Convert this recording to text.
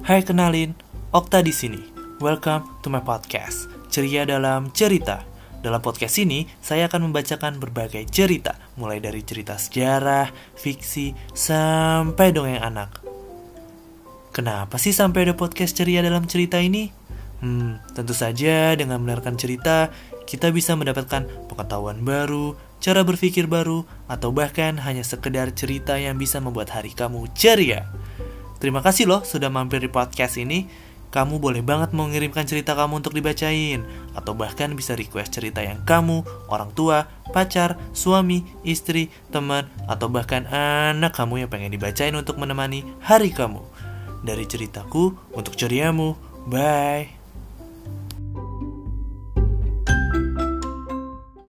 Hai, kenalin, Okta di sini. Welcome to my podcast, Ceria dalam Cerita. Dalam podcast ini, saya akan membacakan berbagai cerita, mulai dari cerita sejarah, fiksi, sampai dongeng anak. Kenapa sih sampai ada podcast Ceria dalam Cerita ini? Tentu saja dengan mendengarkan cerita, kita bisa mendapatkan pengetahuan baru, cara berpikir baru, atau bahkan hanya sekedar cerita yang bisa membuat hari kamu ceria. Terima kasih loh sudah mampir di podcast ini. Kamu boleh banget mengirimkan cerita kamu untuk dibacain, atau bahkan bisa request cerita yang kamu, orang tua, pacar, suami, istri, teman, atau bahkan anak kamu yang pengen dibacain untuk menemani hari kamu. Dari ceritaku untuk ceriamu. Bye.